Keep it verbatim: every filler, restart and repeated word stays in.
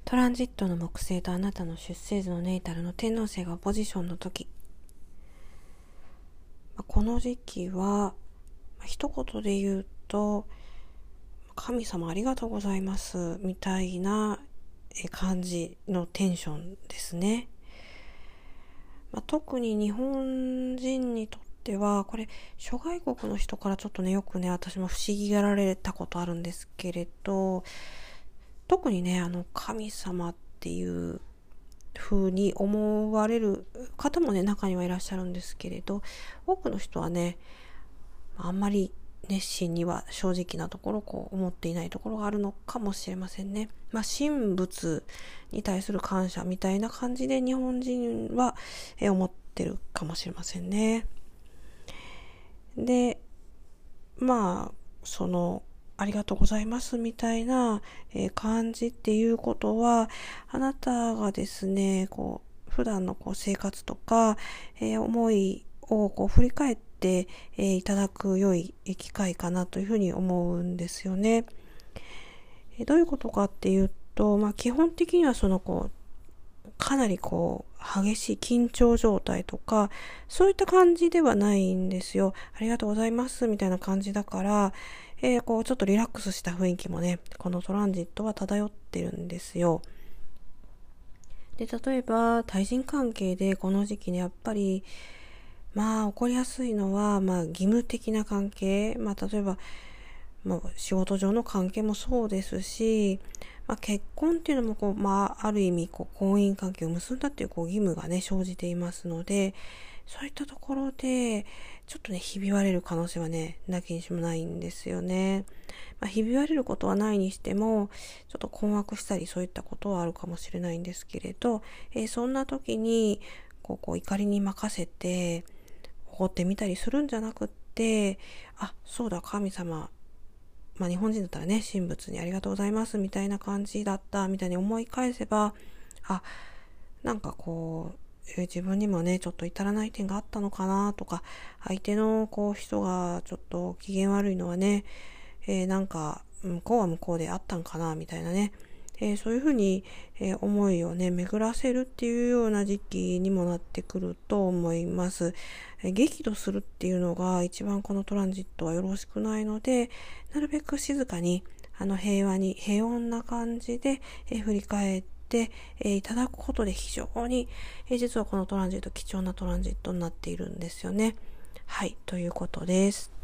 トランジットの木星とあなたの出生図のネイタルの天王星がポジションの時、この時期は一言で言うと、神様ありがとうございますみたいな感じのテンションですね。まあ、特に日本人にとってはこれ諸外国の人からちょっとねよくね私も不思議がられたことあるんですけれど、特にねあの神様っていう風に思われる方もね中にはいらっしゃるんですけれど、多くの人はねあんまり熱心には正直なところこう思っていないところがあるのかもしれませんね。まあ神仏に対する感謝みたいな感じで日本人は思ってるかもしれませんね。でまあそのありがとうございますみたいな感じっていうことは、あなたがですねこう普段のこう生活とか、えー、思いをこう振り返って、えー、いただく良い機会かなというふうに思うんですよね。えー、どういうことかっていうと、まあ、基本的にはそのこうかなりこう激しい緊張状態とかそういった感じではないんですよ。ありがとうございますみたいな感じだから、えー、こうちょっとリラックスした雰囲気もねこのトランジットは漂ってるんですよ。で例えば対人関係でこの時期ねやっぱりまあ起こりやすいのは、まあ、義務的な関係、まあ、例えば、まあ、仕事上の関係もそうですし、まあ、結婚っていうのもこう、まあ、ある意味こう婚姻関係を結んだっていうこう義務がね生じていますので、そういったところでちょっとねひび割れる可能性はねなきにしもないんですよね。まあ、ひび割れることはないにしてもちょっと困惑したりそういったことはあるかもしれないんですけれど、えー、そんな時にこうこう怒りに任せて怒ってみたりするんじゃなくって、あ、そうだ神様、まあ日本人だったらね神仏にありがとうございますみたいな感じだったみたいに思い返せば、あ、なんかこう自分にもねちょっと至らない点があったのかなとか、相手のこう人がちょっと機嫌悪いのはね、えー、なんか向こうは向こうであったんかなみたいなね、えー、そういうふうに、えー、思いをね巡らせるっていうような時期にもなってくると思います。えー、激怒するっていうのが一番このトランジットはよろしくないので、なるべく静かにあの平和に平穏な感じで、えー、振り返ってで、えー、いただくことで非常に、えー、実はこのトランジット貴重なトランジットになっているんですよね。はい、ということです。